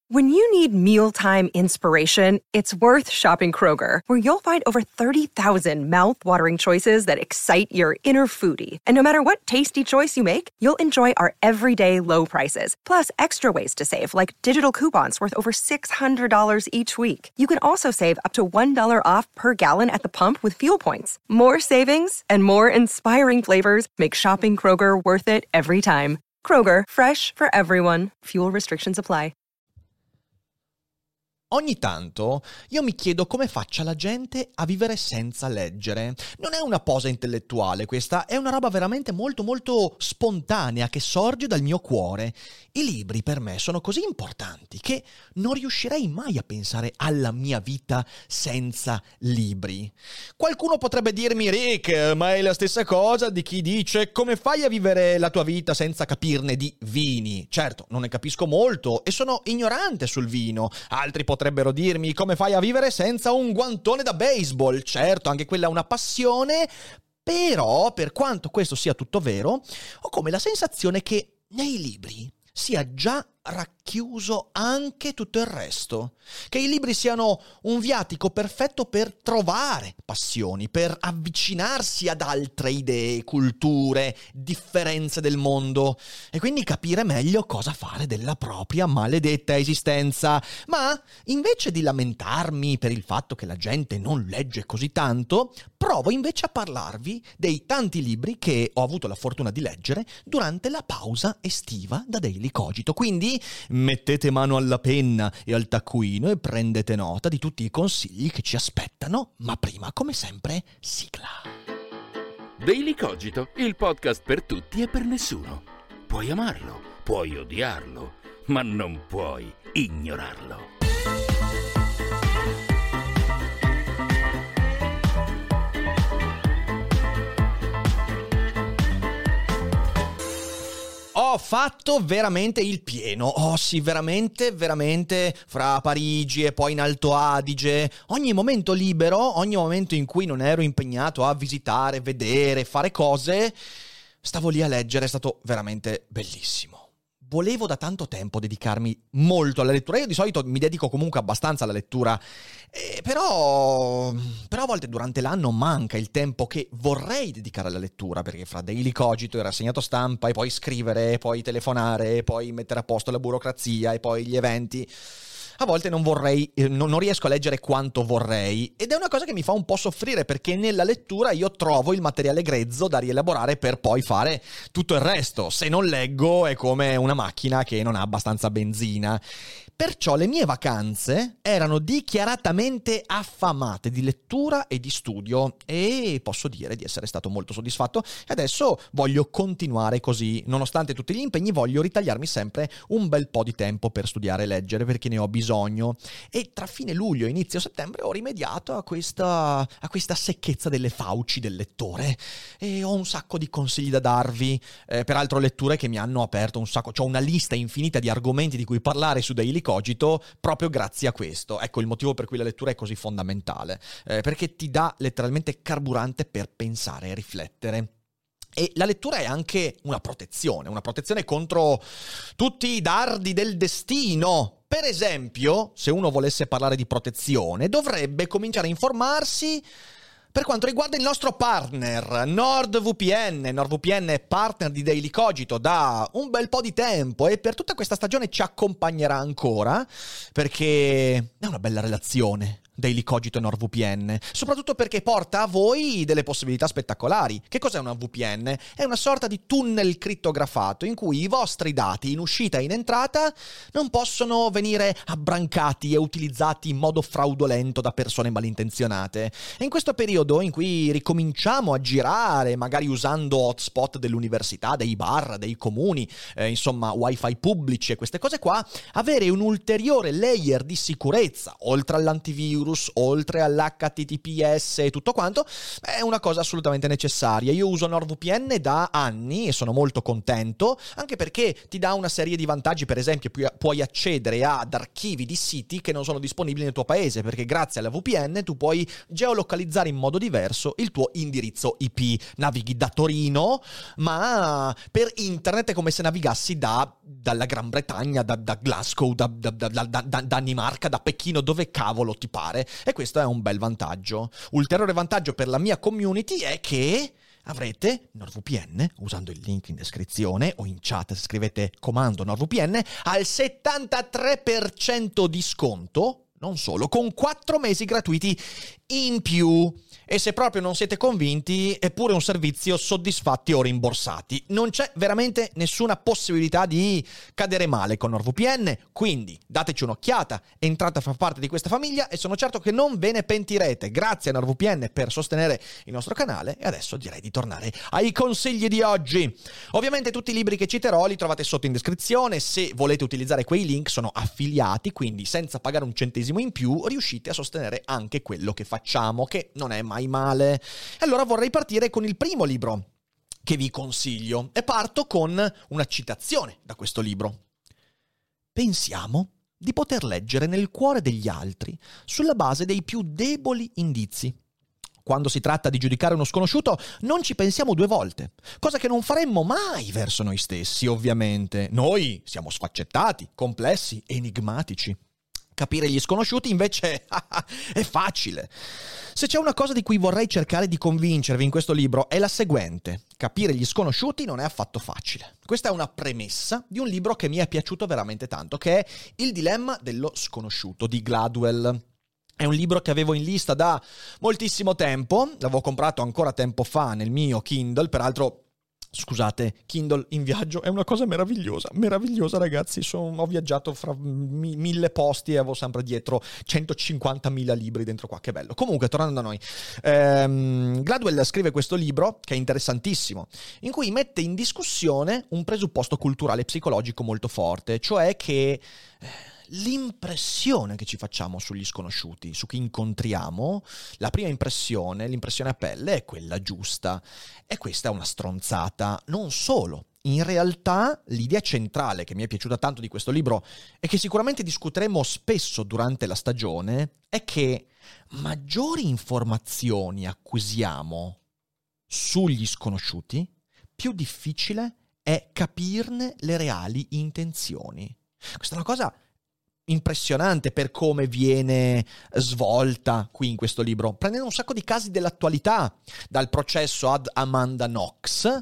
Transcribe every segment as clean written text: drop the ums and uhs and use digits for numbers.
When you need mealtime inspiration, it's worth shopping Kroger, where you'll find over 30,000 mouth-watering choices that excite your inner foodie. And no matter what tasty choice you make, you'll enjoy our everyday low prices, plus extra ways to save, like digital coupons worth over $600 each week. You can also save up to $1 off per gallon at the pump with fuel points. More savings and more inspiring flavors make shopping Kroger worth it every time. Kroger, fresh for everyone. Fuel restrictions apply. Ogni tanto io mi chiedo come faccia la gente a vivere senza leggere. Non è una posa intellettuale questa, è una roba veramente molto molto spontanea che sorge dal mio cuore. I libri per me sono così importanti che non riuscirei mai a pensare alla mia vita senza libri. Qualcuno potrebbe dirmi: Rick, ma è la stessa cosa di chi dice come fai a vivere la tua vita senza capirne di vini. Certo, non ne capisco molto e sono ignorante sul vino. Altri potrebbero dirmi come fai a vivere senza un guantone da baseball. Certo, anche quella è una passione, però per quanto questo sia tutto vero, ho come la sensazione che nei libri sia già racchiuso anche tutto il resto. Che i libri siano un viatico perfetto per trovare passioni, per avvicinarsi ad altre idee, culture, differenze del mondo e quindi capire meglio cosa fare della propria maledetta esistenza. Ma invece di lamentarmi per il fatto che la gente non legge così tanto, provo invece a parlarvi dei tanti libri che ho avuto la fortuna di leggere durante la pausa estiva da Daily Cogito. Quindi mettete mano alla penna e al taccuino e prendete nota di tutti i consigli che ci aspettano, ma prima, come sempre, sigla. Daily Cogito, il podcast per tutti e per nessuno. Puoi amarlo, puoi odiarlo, ma non puoi ignorarlo. Ho fatto veramente il pieno, oh sì, veramente, fra Parigi e poi in Alto Adige. Ogni momento libero, ogni momento in cui non ero impegnato a visitare, vedere, fare cose, stavo lì a leggere, è stato veramente bellissimo. Volevo da tanto tempo dedicarmi molto alla lettura. Io di solito mi dedico comunque abbastanza alla lettura, però a volte durante l'anno manca il tempo che vorrei dedicare alla lettura, perché fra Daily Cogito e rassegnato stampa e poi scrivere, e poi telefonare, e poi mettere a posto la burocrazia e poi gli eventi, a volte non riesco a leggere quanto vorrei, ed è una cosa che mi fa un po' soffrire, perché nella lettura io trovo il materiale grezzo da rielaborare per poi fare tutto il resto. Se non leggo è come una macchina che non ha abbastanza benzina. Perciò le mie vacanze erano dichiaratamente affamate di lettura e di studio, e posso dire di essere stato molto soddisfatto, e adesso voglio continuare così. Nonostante tutti gli impegni, voglio ritagliarmi sempre un bel po' di tempo per studiare e leggere, perché ne ho bisogno. E tra fine luglio e inizio settembre ho rimediato a questa secchezza delle fauci del lettore, e ho un sacco di consigli da darvi, peraltro letture che mi hanno aperto un sacco. C'ho una lista infinita di argomenti di cui parlare su Daily Cogito proprio grazie a questo. Ecco il motivo per cui la lettura è così fondamentale, perché ti dà letteralmente carburante per pensare e riflettere. E la lettura è anche una protezione contro tutti i dardi del destino. Per esempio, se uno volesse parlare di protezione, dovrebbe cominciare a informarsi per quanto riguarda il nostro partner, NordVPN. NordVPN è partner di Daily Cogito da un bel po' di tempo e per tutta questa stagione ci accompagnerà ancora, perché è una bella relazione Daily Cogito e NordVPN, soprattutto perché porta a voi delle possibilità spettacolari. Che cos'è una VPN? È una sorta di tunnel crittografato in cui i vostri dati in uscita e in entrata non possono venire abbrancati e utilizzati in modo fraudolento da persone malintenzionate. E in questo periodo in cui ricominciamo a girare, magari usando hotspot dell'università, dei bar, dei comuni, insomma wifi pubblici e queste cose qua, avere un ulteriore layer di sicurezza, oltre all'antivirus, antivirus, oltre all'HTTPS e tutto quanto, è una cosa assolutamente necessaria. Io uso NordVPN da anni e sono molto contento, anche perché ti dà una serie di vantaggi. Per esempio, puoi accedere ad archivi di siti che non sono disponibili nel tuo paese, perché grazie alla VPN tu puoi geolocalizzare in modo diverso il tuo indirizzo IP. Navighi da Torino, ma per internet è come se navigassi dalla Gran Bretagna, da Glasgow, da Danimarca, da Pechino, dove cavolo ti pare. E questo è un bel vantaggio. Ulteriore vantaggio per la mia community è che avrete NordVPN, usando il link in descrizione o in chat se scrivete comando NordVPN, al 73% di sconto, non solo, con 4 mesi gratuiti in più. E se proprio non siete convinti, è pure un servizio soddisfatti o rimborsati. Non c'è veramente nessuna possibilità di cadere male con NordVPN, quindi dateci un'occhiata, entrate a far parte di questa famiglia e sono certo che non ve ne pentirete. Grazie a NordVPN per sostenere il nostro canale e adesso direi di tornare ai consigli di oggi. Ovviamente tutti i libri che citerò li trovate sotto in descrizione. Se volete utilizzare quei link sono affiliati, quindi senza pagare un centesimo in più riuscite a sostenere anche quello che facciamo, che non è mai male. Allora vorrei partire con il primo libro che vi consiglio e parto con una citazione da questo libro. Pensiamo di poter leggere nel cuore degli altri sulla base dei più deboli indizi. Quando si tratta di giudicare uno sconosciuto non ci pensiamo 2 volte, cosa che non faremmo mai verso noi stessi, ovviamente. Noi siamo sfaccettati, complessi, enigmatici. Capire gli sconosciuti invece è facile. Se c'è una cosa di cui vorrei cercare di convincervi in questo libro è la seguente: capire gli sconosciuti non è affatto facile. Questa è una premessa di un libro che mi è piaciuto veramente tanto, che è Il dilemma dello sconosciuto di Gladwell. È un libro che avevo in lista da moltissimo tempo, l'avevo comprato ancora tempo fa nel mio Kindle, peraltro. Scusate, Kindle in viaggio è una cosa meravigliosa ragazzi, ho viaggiato fra 1000 posti e avevo sempre dietro 150.000 libri dentro qua, che bello. Comunque, tornando a noi, Gladwell scrive questo libro, che è interessantissimo, in cui mette in discussione un presupposto culturale e psicologico molto forte, cioè che l'impressione che ci facciamo sugli sconosciuti, su chi incontriamo, la prima impressione, l'impressione a pelle, è quella giusta. E questa è una stronzata. Non solo. In realtà, l'idea centrale che mi è piaciuta tanto di questo libro e che sicuramente discuteremo spesso durante la stagione è che maggiori informazioni acquisiamo sugli sconosciuti, più difficile è capirne le reali intenzioni. Questa è una cosa impressionante per come viene svolta qui in questo libro, prendendo un sacco di casi dell'attualità, dal processo ad Amanda Knox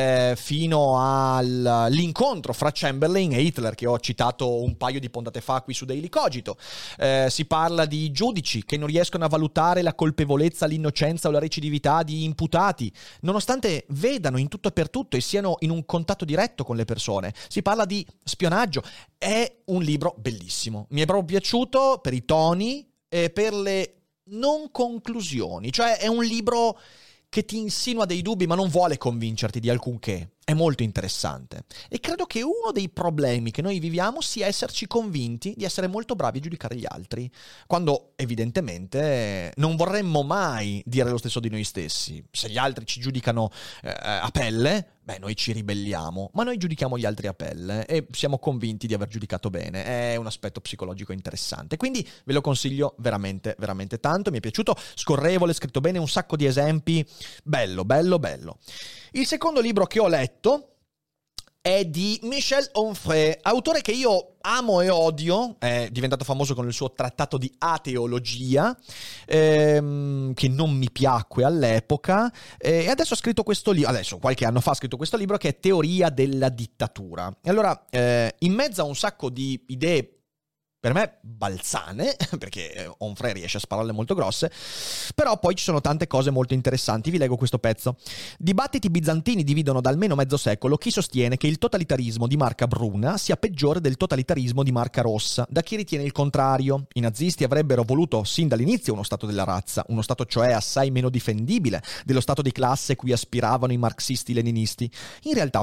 fino all'incontro fra Chamberlain e Hitler, che ho citato un paio di puntate fa qui su Daily Cogito. Si parla di giudici che non riescono a valutare la colpevolezza, l'innocenza o la recidività di imputati, nonostante vedano in tutto e per tutto e siano in un contatto diretto con le persone. Si parla di spionaggio. È un libro bellissimo. Mi è proprio piaciuto per i toni e per le non conclusioni. Cioè è un libro che ti insinua dei dubbi ma non vuole convincerti di alcunché. È molto interessante. E credo che uno dei problemi che noi viviamo sia esserci convinti di essere molto bravi a giudicare gli altri, quando evidentemente non vorremmo mai dire lo stesso di noi stessi. Se gli altri ci giudicano a pelle, noi ci ribelliamo, ma noi giudichiamo gli altri a pelle e siamo convinti di aver giudicato bene. È un aspetto psicologico interessante, quindi ve lo consiglio veramente, veramente tanto. Mi è piaciuto, scorrevole, scritto bene, un sacco di esempi, bello, bello, bello. Il secondo libro che ho letto è di Michel Onfray, autore che io amo e odio, è diventato famoso con il suo trattato di ateologia, che non mi piacque all'epoca, e adesso ha scritto questo libro, qualche anno fa ha scritto questo libro che è Teoria della dittatura. E allora, in mezzo a un sacco di idee per me balzane, perché Onfray riesce a spararle molto grosse, però poi ci sono tante cose molto interessanti. Vi leggo questo pezzo. Dibattiti bizantini dividono da almeno mezzo secolo chi sostiene che il totalitarismo di marca bruna sia peggiore del totalitarismo di marca rossa, da chi ritiene il contrario. I nazisti avrebbero voluto sin dall'inizio uno stato della razza, uno stato cioè assai meno difendibile dello stato di classe cui aspiravano i marxisti-leninisti. In realtà però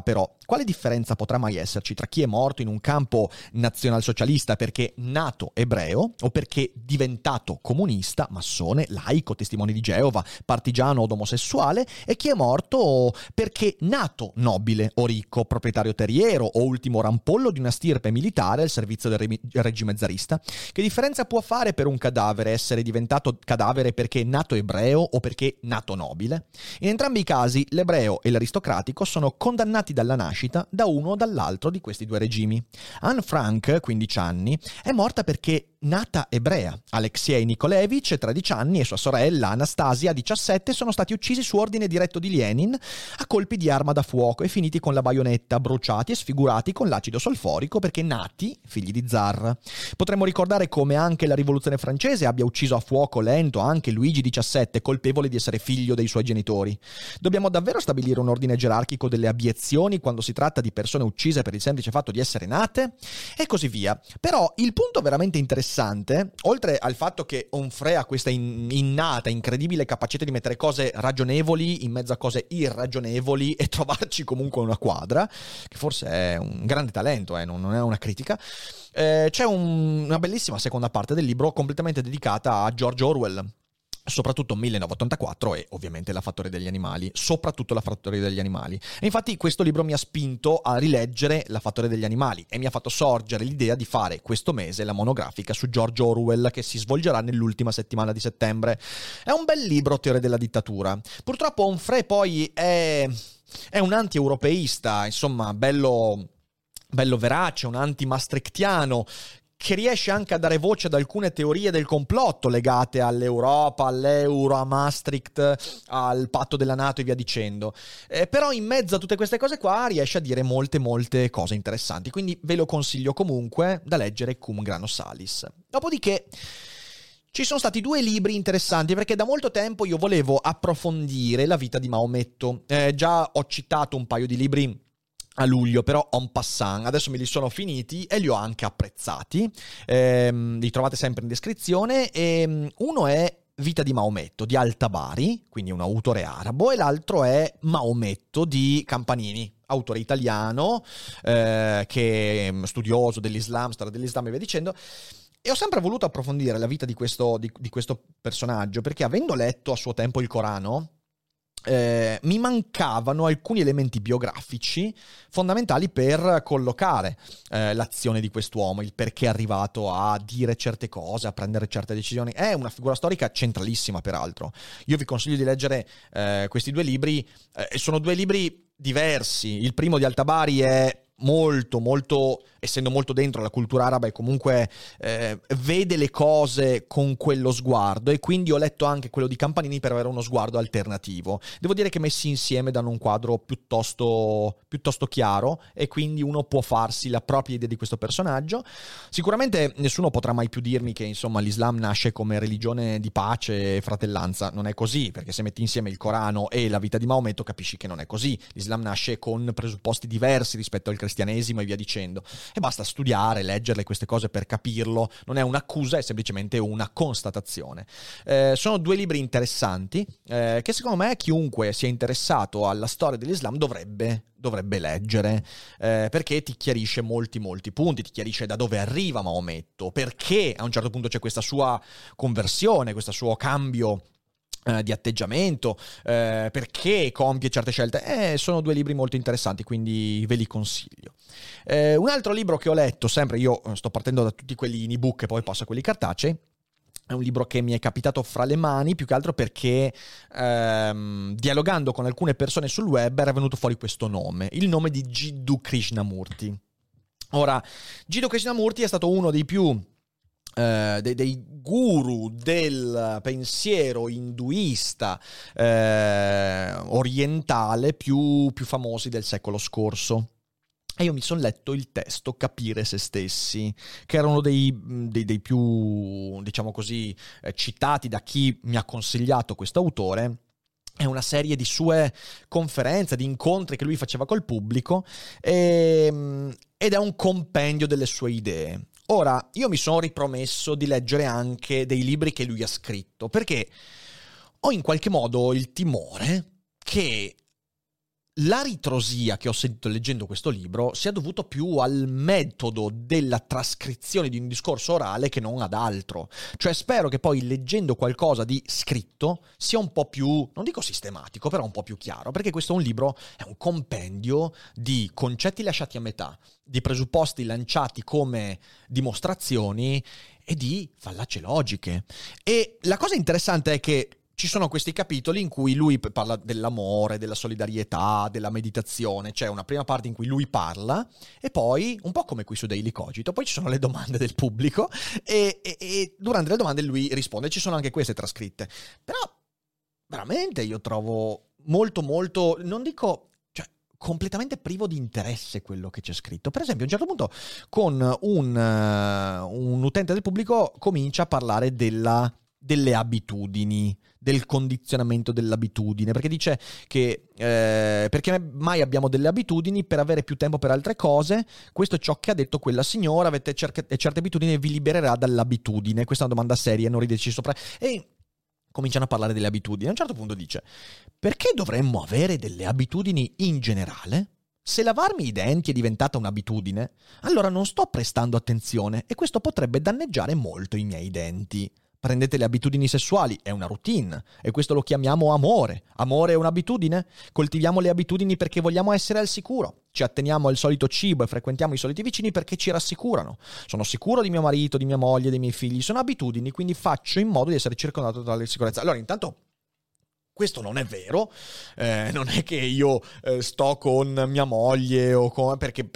Quale differenza potrà mai esserci tra chi è morto in un campo nazionalsocialista perché nato ebreo o perché diventato comunista, massone, laico, testimone di Geova, partigiano o omosessuale, e chi è morto perché nato nobile o ricco, proprietario terriero o ultimo rampollo di una stirpe militare al servizio del regime zarista? Che differenza può fare per un cadavere essere diventato cadavere perché nato ebreo o perché nato nobile? In entrambi i casi l'ebreo e l'aristocratico sono condannati dalla nascita da uno o dall'altro di questi due regimi. Anne Frank, 15 anni, è morta perché nata ebrea. Alexei Nikolevich, 13 anni, e sua sorella Anastasia, 17, sono stati uccisi su ordine diretto di Lenin a colpi di arma da fuoco e finiti con la baionetta, bruciati e sfigurati con l'acido solforico perché nati figli di zar. Potremmo ricordare come anche la rivoluzione francese abbia ucciso a fuoco lento anche Luigi XVII, colpevole di essere figlio dei suoi genitori. Dobbiamo davvero stabilire un ordine gerarchico delle abiezioni quando si tratta di persone uccise per il semplice fatto di essere nate? E così via. Però il punto veramente interessante, oltre al fatto che Onfray ha questa innata, incredibile capacità di mettere cose ragionevoli in mezzo a cose irragionevoli e trovarci comunque una quadra, che forse è un grande talento, non è una critica, c'è una bellissima seconda parte del libro completamente dedicata a George Orwell, soprattutto 1984 e ovviamente La fattoria degli animali, soprattutto La fattoria degli animali. E infatti questo libro mi ha spinto a rileggere La fattoria degli animali e mi ha fatto sorgere l'idea di fare questo mese la monografica su George Orwell, che si svolgerà nell'ultima settimana di settembre. È un bel libro, teoria della dittatura. Purtroppo Onfray poi è un anti-europeista, insomma, bello verace, un anti-maastrichtiano, che riesce anche a dare voce ad alcune teorie del complotto legate all'Europa, all'euro, a Maastricht, al patto della NATO e via dicendo. Però in mezzo a tutte queste cose qua riesce a dire molte cose interessanti, quindi ve lo consiglio comunque da leggere cum grano salis. Dopodiché ci sono stati due libri interessanti perché da molto tempo io volevo approfondire la vita di Maometto. Già ho citato un paio di libri a luglio, però en passant, adesso me li sono finiti e li ho anche apprezzati, li trovate sempre in descrizione, e uno è Vita di Maometto di Al-Tabari, quindi un autore arabo, e l'altro è Maometto di Campanini, autore italiano, che è studioso dell'Islam, storia dell'Islam e via dicendo. E ho sempre voluto approfondire la vita di questo personaggio, perché avendo letto a suo tempo il Corano, mi mancavano alcuni elementi biografici fondamentali per collocare l'azione di quest'uomo, il perché è arrivato a dire certe cose, a prendere certe decisioni. È una figura storica centralissima, peraltro. Io vi consiglio di leggere questi due libri, sono due libri diversi. Il primo di Al-Tabari è molto, essendo molto dentro la cultura araba, e comunque vede le cose con quello sguardo, e quindi ho letto anche quello di Campanini per avere uno sguardo alternativo. Devo dire che messi insieme danno un quadro piuttosto chiaro, e quindi uno può farsi la propria idea di questo personaggio. Sicuramente nessuno potrà mai più dirmi che insomma l'Islam nasce come religione di pace e fratellanza. Non è così, perché se metti insieme il Corano e la vita di Maometto capisci che non è così. L'Islam nasce con presupposti diversi rispetto al cristianesimo e via dicendo, e basta studiare, leggerle queste cose per capirlo. Non è un'accusa, è semplicemente una constatazione. Sono due libri interessanti che secondo me chiunque sia interessato alla storia dell'Islam dovrebbe leggere, perché ti chiarisce molti punti, ti chiarisce da dove arriva Maometto, perché a un certo punto c'è questa sua conversione, questo suo cambio di atteggiamento, perché compie certe scelte. Sono due libri molto interessanti, quindi ve li consiglio. Un altro libro che ho letto, sempre io sto partendo da tutti quelli in ebook e poi passo a quelli cartacei, è un libro che mi è capitato fra le mani, più che altro perché dialogando con alcune persone sul web era venuto fuori questo nome, il nome di Jiddu Krishnamurti. Ora, Jiddu Krishnamurti è stato uno dei più dei guru del pensiero induista orientale più famosi del secolo scorso. E io mi sono letto il testo Capire se stessi, che era uno dei più, diciamo così, citati da chi mi ha consigliato questo autore. È una serie di sue conferenze, di incontri che lui faceva col pubblico, ed è un compendio delle sue idee. Ora, io mi sono ripromesso di leggere anche dei libri che lui ha scritto, perché ho in qualche modo il timore che la ritrosia che ho sentito leggendo questo libro sia dovuto più al metodo della trascrizione di un discorso orale che non ad altro. Cioè spero che poi leggendo qualcosa di scritto sia un po' più, non dico sistematico, però un po' più chiaro, perché questo è un libro, è un compendio di concetti lasciati a metà, di presupposti lanciati come dimostrazioni e di fallacie logiche. E la cosa interessante è che ci sono questi capitoli in cui lui parla dell'amore, della solidarietà, della meditazione. C'è una prima parte in cui lui parla e poi, un po' come qui su Daily Cogito, poi ci sono le domande del pubblico e durante le domande lui risponde. Ci sono anche queste trascritte. Però veramente io trovo molto, non dico, cioè, completamente privo di interesse quello che c'è scritto. Per esempio, a un certo punto con un utente del pubblico comincia a parlare delle abitudini, del condizionamento dell'abitudine, perché dice che perché mai abbiamo delle abitudini per avere più tempo per altre cose. Questo è ciò che ha detto quella signora, avete certe abitudini e vi libererà dall'abitudine. Questa è una domanda seria, non rideteci sopra. E cominciano a parlare delle abitudini. A un certo punto dice: perché dovremmo avere delle abitudini in generale? Se lavarmi i denti è diventata un'abitudine, allora non sto prestando attenzione e questo potrebbe danneggiare molto i miei denti. Prendete le abitudini sessuali, è una routine, e questo lo chiamiamo amore. Amore è un'abitudine? Coltiviamo le abitudini perché vogliamo essere al sicuro. Ci atteniamo al solito cibo e frequentiamo i soliti vicini perché ci rassicurano. Sono sicuro di mio marito, di mia moglie, dei miei figli. Sono abitudini, quindi faccio in modo di essere circondato dalla sicurezza. Allora, intanto, questo non è vero, non è che io sto con mia moglie o perché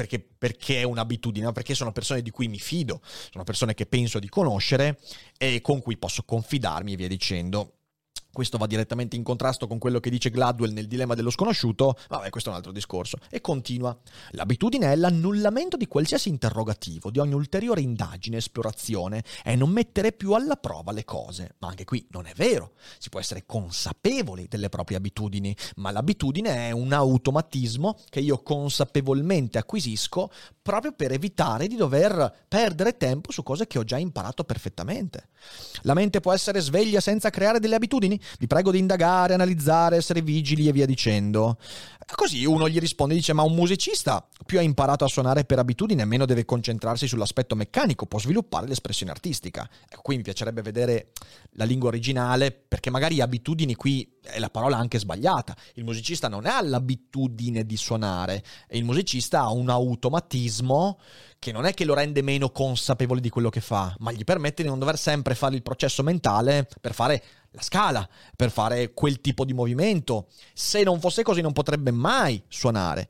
è un'abitudine, ma perché sono persone di cui mi fido, sono persone che penso di conoscere e con cui posso confidarmi e via dicendo. Questo va direttamente in contrasto con quello che dice Gladwell nel Dilemma dello sconosciuto. Vabbè, questo è un altro discorso. E continua. L'abitudine è l'annullamento di qualsiasi interrogativo, di ogni ulteriore indagine, esplorazione, è non mettere più alla prova le cose. Ma anche qui non è vero. Si può essere consapevoli delle proprie abitudini, ma l'abitudine è un automatismo che io consapevolmente acquisisco proprio per evitare di dover perdere tempo su cose che ho già imparato perfettamente. La mente può essere sveglia senza creare delle abitudini? Vi prego di indagare, analizzare, essere vigili e via dicendo. Così uno gli risponde e dice: ma un musicista più ha imparato a suonare per abitudine, meno deve concentrarsi sull'aspetto meccanico, può sviluppare l'espressione artistica. Ecco, qui mi piacerebbe vedere la lingua originale, perché magari abitudini qui è la parola anche sbagliata. Il musicista non ha l'abitudine di suonare, e il musicista ha un automatismo che non è che lo rende meno consapevole di quello che fa, ma gli permette di non dover sempre fare il processo mentale per fare la scala, per fare quel tipo di movimento. Se non fosse così non potrebbe mai suonare.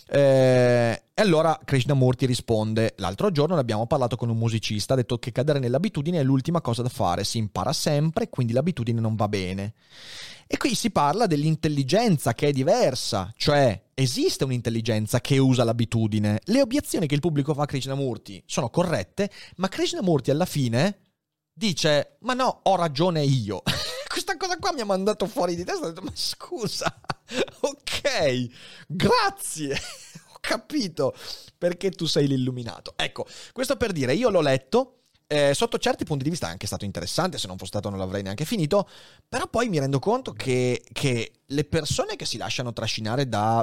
E allora Krishnamurti risponde: l'altro giorno ne abbiamo parlato con un musicista, ha detto che cadere nell'abitudine è l'ultima cosa da fare, si impara sempre, quindi l'abitudine non va bene. E qui si parla dell'intelligenza che è diversa, cioè esiste un'intelligenza che usa l'abitudine. Le obiezioni che il pubblico fa a Krishnamurti sono corrette, ma Krishnamurti alla fine dice: ma no, ho ragione io. Questa cosa qua mi ha mandato fuori di testa, ho detto: ma scusa, ok, grazie, ho capito perché tu sei l'illuminato. Ecco, questo per dire, io l'ho letto, sotto certi punti di vista è anche stato interessante, se non fosse stato non l'avrei neanche finito, però poi mi rendo conto che le persone che si lasciano trascinare da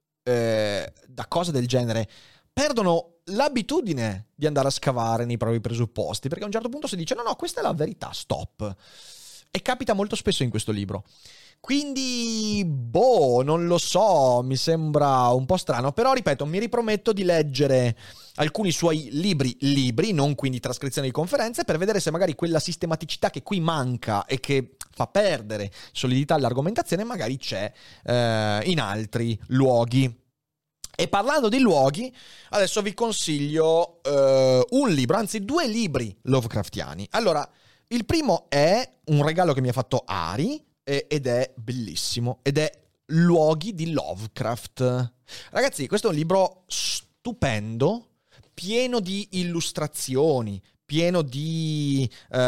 cose del genere perdono l'abitudine di andare a scavare nei propri presupposti, perché a un certo punto si dice: no, questa è la verità, stop. E capita molto spesso in questo libro. Quindi, non lo so, mi sembra un po' strano, però ripeto, mi riprometto di leggere alcuni suoi libri, non quindi trascrizioni di conferenze, per vedere se magari quella sistematicità che qui manca e che fa perdere solidità all'argomentazione magari c'è in altri luoghi. E parlando di luoghi, adesso vi consiglio un libro, anzi 2 libri Lovecraftiani. Allora, il primo è un regalo che mi ha fatto Ari ed è bellissimo, ed è Luoghi di Lovecraft. Ragazzi, questo è un libro stupendo, pieno di illustrazioni, pieno di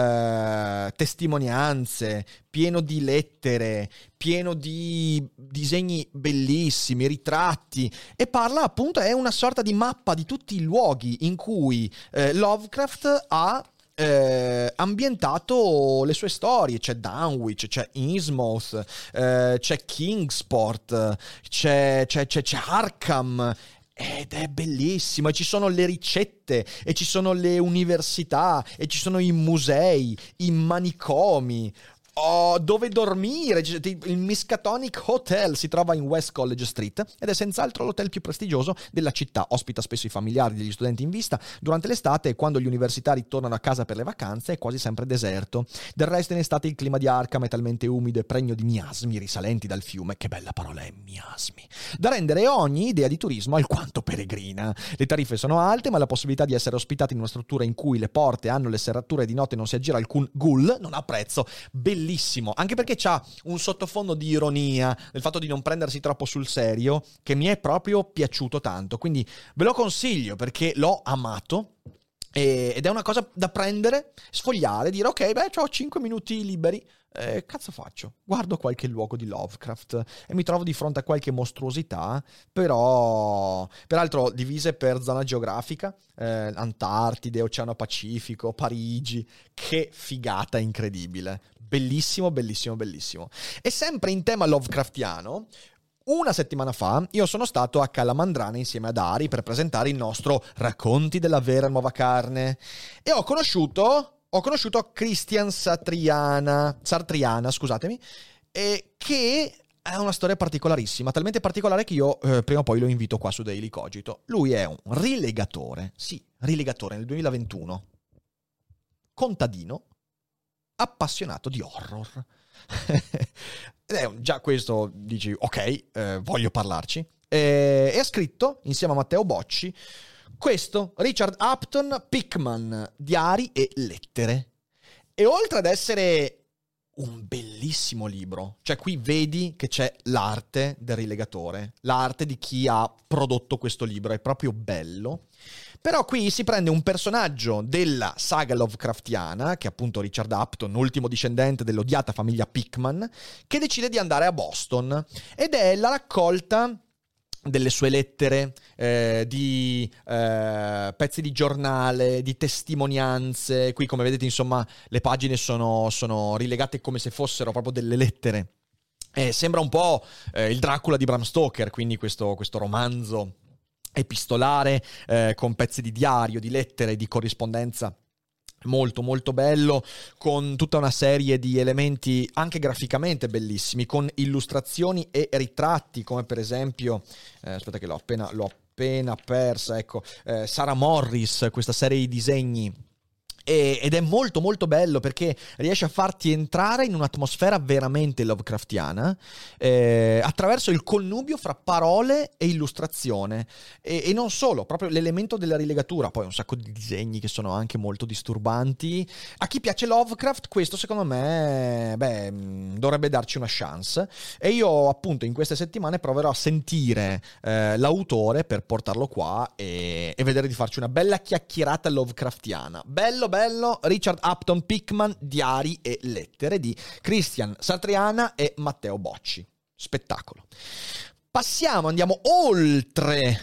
testimonianze, pieno di lettere, pieno di disegni bellissimi, ritratti, e parla appunto, è una sorta di mappa di tutti i luoghi in cui Lovecraft ha ambientato le sue storie. C'è Dunwich, c'è Innsmouth, c'è Kingsport, c'è Arkham, ed è bellissimo. E ci sono le ricette, e ci sono le università, e ci sono i musei, i manicomi, dove dormire. Il Miskatonic Hotel si trova in West College Street ed è senz'altro l'hotel più prestigioso della città. Ospita spesso i familiari degli studenti in vista durante l'estate, e quando gli universitari tornano a casa per le vacanze è quasi sempre deserto. Del resto in estate il clima di Arkham è talmente umido e pregno di miasmi risalenti dal fiume, che bella parola è miasmi, da rendere ogni idea di turismo alquanto peregrina. Le tariffe sono alte, ma la possibilità di essere ospitati in una struttura in cui le porte hanno le serrature e di notte non si aggira alcun ghoul non ha prezzo. Bellissimo, anche perché c'ha un sottofondo di ironia, del fatto di non prendersi troppo sul serio, che mi è proprio piaciuto tanto. Quindi ve lo consiglio perché l'ho amato, ed è una cosa da prendere, sfogliare, dire ok, ho 5 minuti liberi, cazzo faccio? Guardo qualche luogo di Lovecraft e mi trovo di fronte a qualche mostruosità, però peraltro divise per zona geografica, Antartide, Oceano Pacifico, Parigi. Che figata incredibile, bellissimo, bellissimo, bellissimo. E sempre in tema Lovecraftiano, una settimana fa io sono stato a Calamandrana insieme ad Ari per presentare il nostro Racconti della vera nuova carne, e ho conosciuto Christian Sartriana, scusatemi, che è una storia particolarissima, talmente particolare che io prima o poi lo invito qua su Daily Cogito. Lui è un rilegatore nel 2021, contadino, appassionato di horror. Già questo dici, ok, voglio parlarci. E ha scritto, insieme a Matteo Bocci, questo Richard Upton Pickman, Diari e lettere. E oltre ad essere un bellissimo libro, cioè qui vedi che c'è l'arte del rilegatore, l'arte di chi ha prodotto questo libro, è proprio bello. Però qui si prende un personaggio della saga Lovecraftiana, che è appunto Richard Upton, ultimo discendente dell'odiata famiglia Pickman, che decide di andare a Boston, ed è la raccolta delle sue lettere, di pezzi di giornale, di testimonianze. Qui, come vedete, insomma, le pagine sono rilegate come se fossero proprio delle lettere. Sembra un po' il Dracula di Bram Stoker, quindi questo romanzo epistolare, con pezzi di diario, di lettere, di corrispondenza. Molto molto bello, con tutta una serie di elementi anche graficamente bellissimi, con illustrazioni e ritratti, come per esempio aspetta che l'ho appena persa, ecco, Sarah Morris, questa serie di disegni. Ed è molto molto bello perché riesce a farti entrare in un'atmosfera veramente Lovecraftiana, attraverso il connubio fra parole e illustrazione, e non solo, proprio l'elemento della rilegatura. Poi un sacco di disegni che sono anche molto disturbanti. A chi piace Lovecraft questo secondo me dovrebbe darci una chance, e io appunto in queste settimane proverò a sentire l'autore per portarlo qua e vedere di farci una bella chiacchierata Lovecraftiana. Bello, Richard Upton Pickman, Diari e lettere di Christian Sartriana e Matteo Bocci. Spettacolo. Andiamo oltre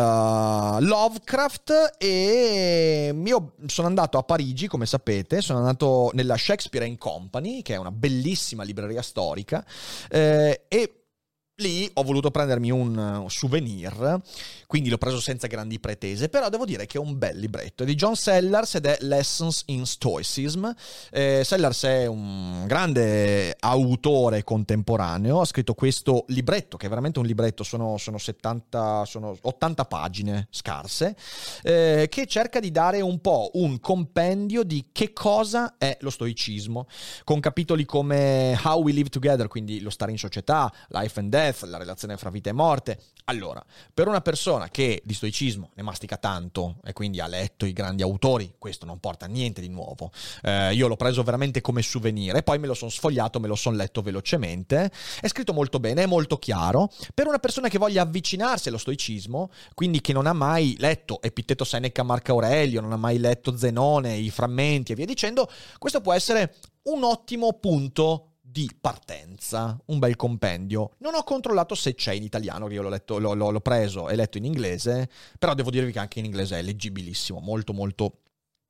Lovecraft, e io sono andato a Parigi, come sapete, sono andato nella Shakespeare & Company, che è una bellissima libreria storica, e lì ho voluto prendermi un souvenir, quindi l'ho preso senza grandi pretese, però devo dire che è un bel libretto. È di John Sellars ed è Lessons in Stoicism. Sellars è un grande autore contemporaneo, ha scritto questo libretto, che è veramente un libretto, sono 80 pagine scarse, che cerca di dare un po' un compendio di che cosa è lo stoicismo, con capitoli come How We Live Together, quindi lo stare in società, Life and Death, la relazione fra vita e morte. Allora, per una persona che di stoicismo ne mastica tanto e quindi ha letto i grandi autori, questo non porta niente di nuovo. Io l'ho preso veramente come souvenir e poi me lo sono sfogliato, me lo sono letto velocemente. È scritto molto bene, è molto chiaro. Per una persona che voglia avvicinarsi allo stoicismo, quindi che non ha mai letto Epitteto, Seneca, Marco Aurelio, non ha mai letto Zenone, i frammenti e via dicendo, questo può essere un ottimo punto di partenza, un bel compendio. Non ho controllato se c'è in italiano, io l'ho preso e letto in inglese, però devo dirvi che anche in inglese è leggibilissimo, molto molto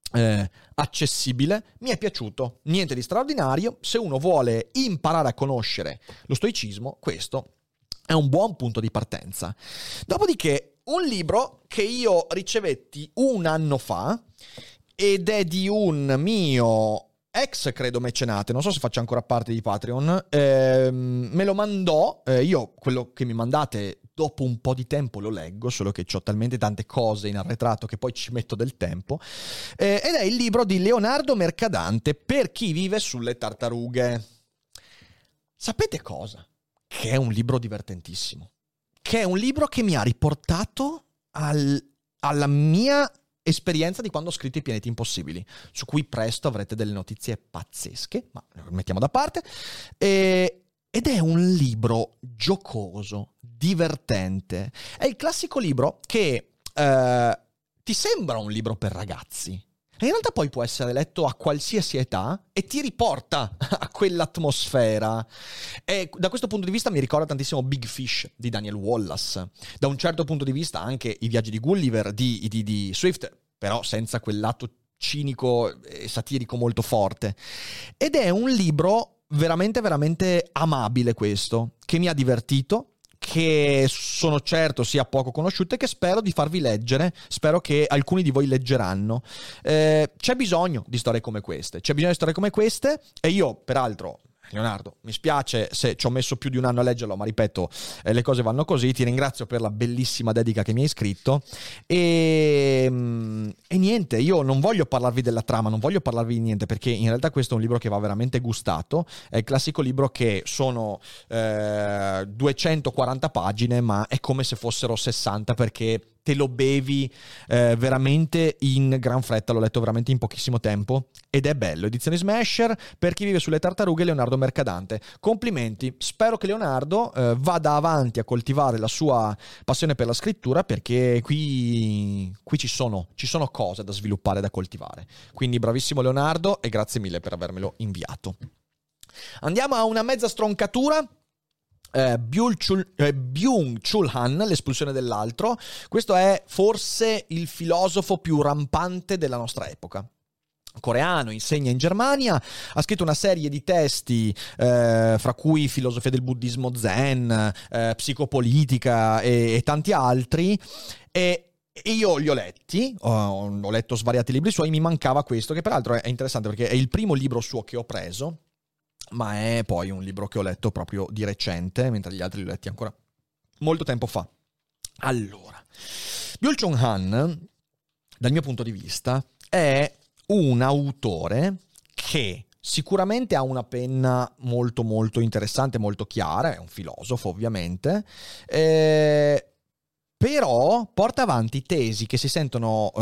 accessibile, mi è piaciuto, niente di straordinario. Se uno vuole imparare a conoscere lo stoicismo, questo è un buon punto di partenza. Dopodiché, un libro che io ricevetti un anno fa ed è di un mio ex, credo, mecenate, non so se faccia ancora parte di Patreon, me lo mandò, io quello che mi mandate dopo un po' di tempo lo leggo, solo che ho talmente tante cose in arretrato che poi ci metto del tempo, ed è il libro di Leonardo Mercadante, Per chi vive sulle tartarughe. Sapete cosa? Che è un libro divertentissimo, che è un libro che mi ha riportato alla mia esperienza di quando ho scritto I pianeti impossibili, su cui presto avrete delle notizie pazzesche, ma lo mettiamo da parte. Ed è un libro giocoso, divertente. È il classico libro che ti sembra un libro per ragazzi, e in realtà poi può essere letto a qualsiasi età e ti riporta a quell'atmosfera. E da questo punto di vista mi ricorda tantissimo Big Fish di Daniel Wallace. Da un certo punto di vista anche I viaggi di Gulliver di Swift, però senza quel lato cinico e satirico molto forte. Ed è un libro veramente, veramente amabile questo, che mi ha divertito, che sono certo sia poco conosciuto e che spero di farvi leggere, spero che alcuni di voi leggeranno. C'è bisogno di storie come queste, e io, peraltro, Leonardo, mi spiace se ci ho messo più di un anno a leggerlo, ma ripeto, le cose vanno così. Ti ringrazio per la bellissima dedica che mi hai scritto e niente, io non voglio parlarvi della trama, non voglio parlarvi di niente, perché in realtà questo è un libro che va veramente gustato. È il classico libro che sono 240 pagine, ma è come se fossero 60, perché te lo bevi veramente in gran fretta. L'ho letto veramente in pochissimo tempo ed è bello. Edizioni Smasher, Per chi vive sulle tartarughe, Leonardo Mercadante. Complimenti, spero che Leonardo vada avanti a coltivare la sua passione per la scrittura, perché qui ci sono cose da sviluppare, da coltivare. Quindi bravissimo Leonardo e grazie mille per avermelo inviato. Andiamo a una mezza stroncatura. Byung-Chul Han, L'espulsione dell'altro. Questo è forse il filosofo più rampante della nostra epoca. Coreano, insegna in Germania, ha scritto una serie di testi fra cui filosofia del buddismo zen, psicopolitica e tanti altri, e io li ho letti, ho letto svariati libri suoi. Mi mancava questo, che peraltro è interessante perché è il primo libro suo che ho preso, ma è poi un libro che ho letto proprio di recente, mentre gli altri li ho letti ancora molto tempo fa. Allora, Byung-Chul Han, dal mio punto di vista, è un autore che sicuramente ha una penna molto molto interessante, molto chiara, è un filosofo ovviamente, però porta avanti tesi che si sentono,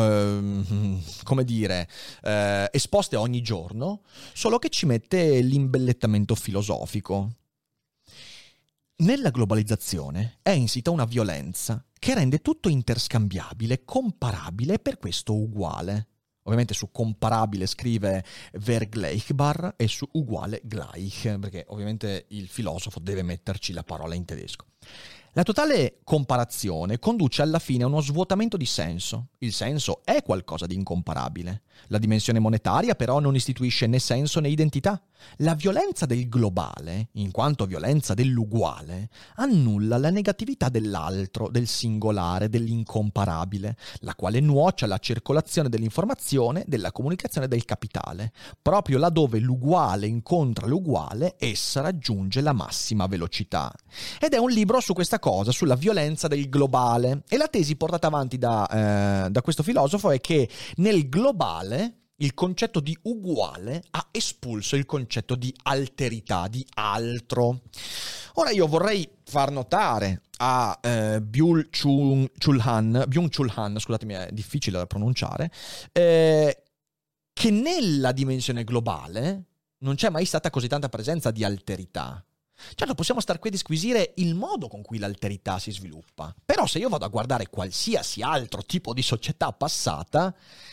esposte ogni giorno, solo che ci mette l'imbellettamento filosofico. Nella globalizzazione è insita una violenza che rende tutto interscambiabile, comparabile e per questo uguale. Ovviamente su comparabile scrive vergleichbar e su uguale gleich, perché ovviamente il filosofo deve metterci la parola in tedesco. La totale comparazione conduce alla fine a uno svuotamento di senso. Il senso è qualcosa di incomparabile. La dimensione monetaria però non istituisce né senso né identità. La violenza del globale, in quanto violenza dell'uguale, annulla la negatività dell'altro, del singolare, dell'incomparabile, la quale nuoce alla circolazione dell'informazione, della comunicazione del capitale. Proprio laddove l'uguale incontra l'uguale, essa raggiunge la massima velocità. Ed è un libro su questa cosa, sulla violenza del globale. E la tesi portata avanti da questo filosofo è che nel globale il concetto di uguale ha espulso il concetto di alterità, di altro. Ora io vorrei far notare a Byung-Chul Han, scusatemi, è difficile da pronunciare, che nella dimensione globale non c'è mai stata così tanta presenza di alterità. Certo, possiamo star qui a disquisire il modo con cui l'alterità si sviluppa, però se io vado a guardare qualsiasi altro tipo di società passata,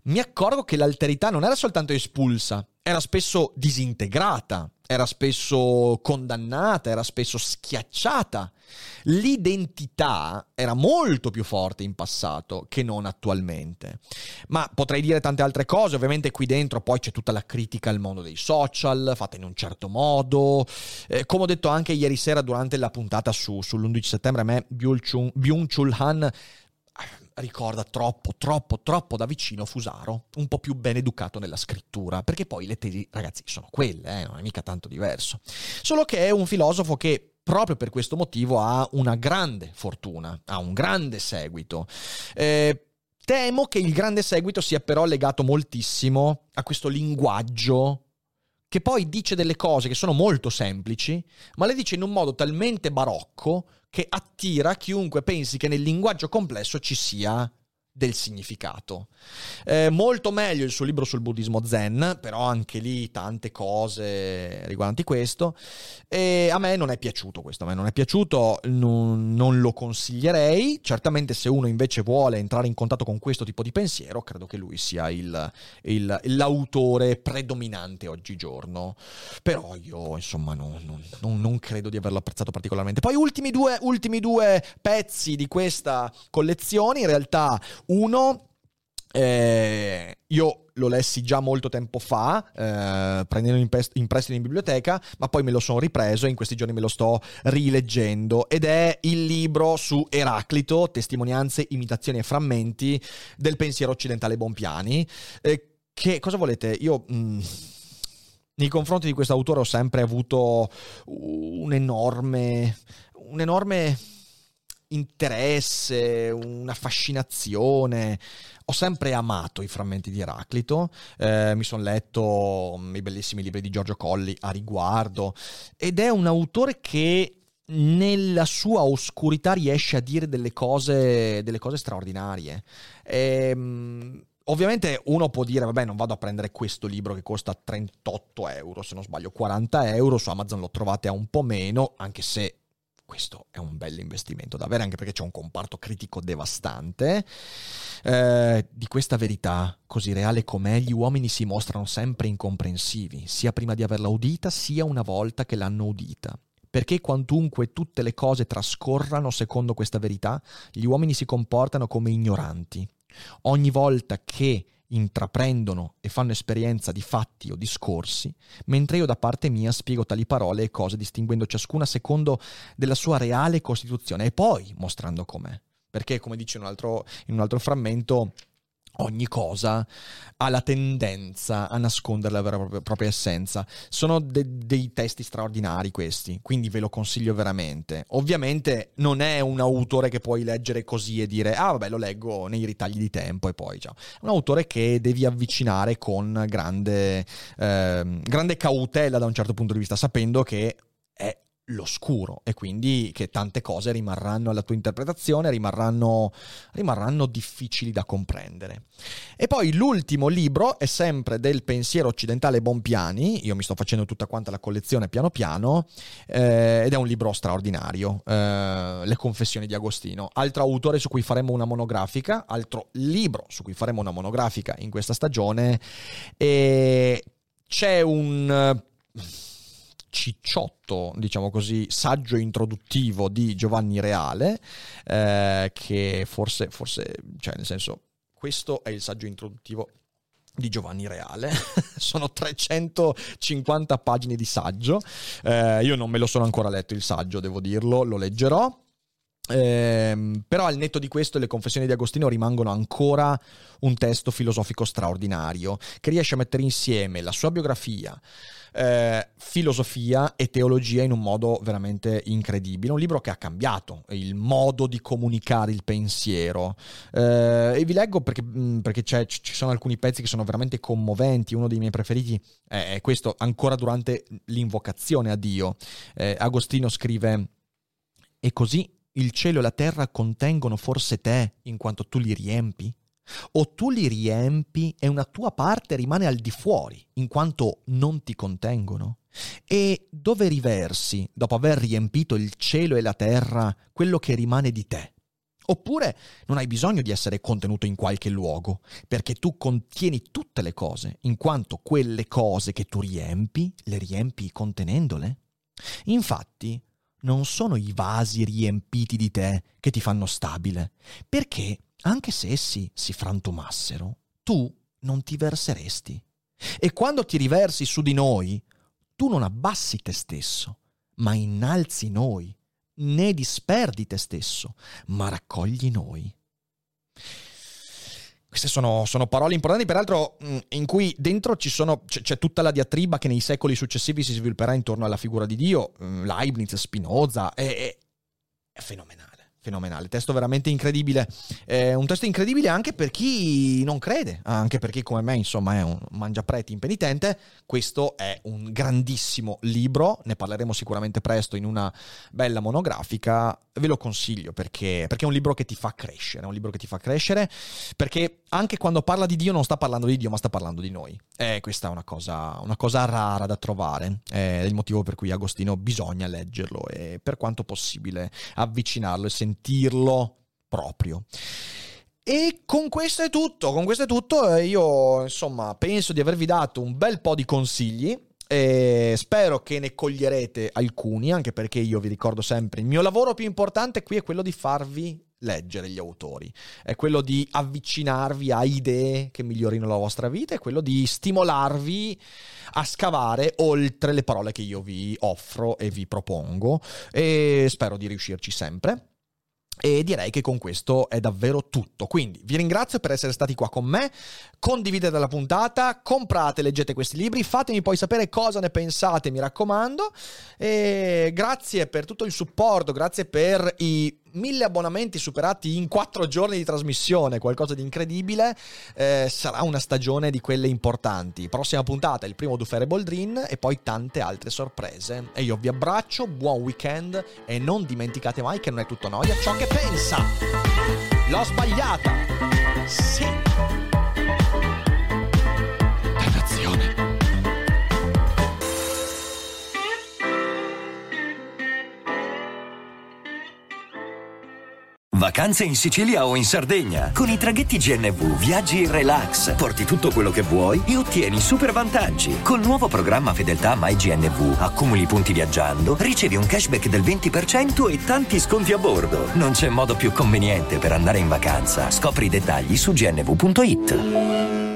mi accorgo che l'alterità non era soltanto espulsa, era spesso disintegrata, era spesso condannata, era spesso schiacciata. L'identità era molto più forte in passato che non attualmente. Ma potrei dire tante altre cose, ovviamente qui dentro poi c'è tutta la critica al mondo dei social, fatta in un certo modo. Come ho detto anche ieri sera durante la puntata sull'11 settembre, a me Byung-Chul Han ricorda troppo da vicino Fusaro, un po' più ben educato nella scrittura, perché poi le tesi, ragazzi, sono quelle, non è mica tanto diverso. Solo che è un filosofo che proprio per questo motivo ha una grande fortuna, ha un grande seguito. Temo che il grande seguito sia però legato moltissimo a questo linguaggio che poi dice delle cose che sono molto semplici, ma le dice in un modo talmente barocco che attira chiunque pensi che nel linguaggio complesso ci sia del significato. Molto meglio il suo libro sul buddismo zen, però anche lì tante cose riguardanti questo, e a me non è piaciuto questo, non lo consiglierei. Certamente se uno invece vuole entrare in contatto con questo tipo di pensiero, credo che lui sia l'autore predominante oggigiorno, però io insomma non credo di averlo apprezzato particolarmente. Poi ultimi due pezzi di questa collezione, in realtà uno, io lo lessi già molto tempo fa, prendendo in prestito in biblioteca, ma poi me lo sono ripreso e in questi giorni me lo sto rileggendo, ed è il libro su Eraclito, testimonianze, imitazioni e frammenti del pensiero occidentale Bompiani. Che cosa volete? Io nei confronti di questo autore ho sempre avuto un enorme interesse, una fascinazione. Ho sempre amato i frammenti di Eraclito, mi sono letto i bellissimi libri di Giorgio Colli a riguardo, ed è un autore che nella sua oscurità riesce a dire delle cose straordinarie. Ovviamente uno può dire, vabbè, non vado a prendere questo libro che costa 38 euro, se non sbaglio 40 euro, su Amazon lo trovate a un po' meno, anche se questo è un bel investimento da avere, anche perché c'è un comparto critico devastante. Di questa verità, così reale com'è, gli uomini si mostrano sempre incomprensivi, sia prima di averla udita, sia una volta che l'hanno udita. Perché quantunque tutte le cose trascorrano secondo questa verità, gli uomini si comportano come ignoranti. Ogni volta che intraprendono e fanno esperienza di fatti o discorsi, mentre io da parte mia spiego tali parole e cose distinguendo ciascuna secondo della sua reale costituzione e poi mostrando com'è. Perché, come dice in un altro frammento, ogni cosa ha la tendenza a nascondere la vera propria essenza. Sono dei testi straordinari questi, quindi ve lo consiglio veramente. Ovviamente non è un autore che puoi leggere così e dire vabbè, lo leggo nei ritagli di tempo e poi ciao. È un autore che devi avvicinare con grande cautela da un certo punto di vista, sapendo che è l'oscuro e quindi che tante cose rimarranno alla tua interpretazione, rimarranno difficili da comprendere. E poi l'ultimo libro è sempre del pensiero occidentale Bompiani, io mi sto facendo tutta quanta la collezione piano piano, ed è un libro straordinario, Le confessioni di Agostino, altro autore su cui faremo una monografica, altro libro su cui faremo una monografica in questa stagione, e c'è un cicciotto, diciamo così, saggio introduttivo di Giovanni Reale, che forse, cioè nel senso, questo è il saggio introduttivo di Giovanni Reale. Sono 350 pagine di saggio, io non me lo sono ancora letto il saggio, devo dirlo, lo leggerò. Però al netto di questo Le confessioni di Agostino rimangono ancora un testo filosofico straordinario che riesce a mettere insieme la sua biografia, filosofia e teologia in un modo veramente incredibile. Un libro che ha cambiato il modo di comunicare il pensiero, e vi leggo perché ci sono alcuni pezzi che sono veramente commoventi. Uno dei miei preferiti è questo, ancora durante l'invocazione a Dio. Agostino scrive: e così il cielo e la terra contengono forse te, in quanto tu li riempi? O tu li riempi e una tua parte rimane al di fuori, in quanto non ti contengono? E dove riversi, dopo aver riempito il cielo e la terra, quello che rimane di te? Oppure non hai bisogno di essere contenuto in qualche luogo, perché tu contieni tutte le cose, in quanto quelle cose che tu riempi, le riempi contenendole. Infatti, non sono i vasi riempiti di te che ti fanno stabile, perché anche se essi si frantumassero, tu non ti verseresti. E quando ti riversi su di noi, tu non abbassi te stesso, ma innalzi noi. Ne disperdi te stesso, ma raccogli noi. Queste sono parole importanti, peraltro, in cui dentro c'è tutta la diatriba che nei secoli successivi si svilupperà intorno alla figura di Dio. Leibniz, Spinoza, è fenomenale. Testo veramente incredibile, un testo incredibile anche per chi non crede, anche per chi come me insomma è un mangiapreti impenitente. Questo è un grandissimo libro, ne parleremo sicuramente presto in una bella monografica, ve lo consiglio perché è un libro che ti fa crescere, perché anche quando parla di Dio non sta parlando di Dio ma sta parlando di noi, questa è una cosa rara da trovare, è il motivo per cui Agostino bisogna leggerlo e per quanto possibile avvicinarlo e sentirlo proprio. E con questo è tutto, io insomma penso di avervi dato un bel po' di consigli. Spero che ne coglierete alcuni, anche perché io vi ricordo sempre il mio lavoro più importante qui è quello di farvi leggere gli autori, è quello di avvicinarvi a idee che migliorino la vostra vita, è quello di stimolarvi a scavare oltre le parole che io vi offro e vi propongo, e spero di riuscirci sempre. E direi che con questo è davvero tutto. Quindi vi ringrazio per essere stati qua con me. Condividete la puntata, comprate, leggete questi libri, fatemi poi sapere cosa ne pensate, mi raccomando. E grazie per tutto il supporto, grazie per i 1000 abbonamenti superati in 4 giorni di trasmissione, qualcosa di incredibile. Sarà una stagione di quelle importanti. Prossima puntata, il primo Dufere Boldrin e poi tante altre sorprese. E io vi abbraccio, buon weekend e non dimenticate mai che non è tutto noia ciò che pensa. L'ho sbagliata. Sì. Dannazione. Vacanze in Sicilia o in Sardegna. Con i traghetti GNV viaggi in relax, porti tutto quello che vuoi e ottieni super vantaggi. Col nuovo programma Fedeltà MyGNV accumuli punti viaggiando, ricevi un cashback del 20% e tanti sconti a bordo. Non c'è modo più conveniente per andare in vacanza. Scopri i dettagli su gnv.it.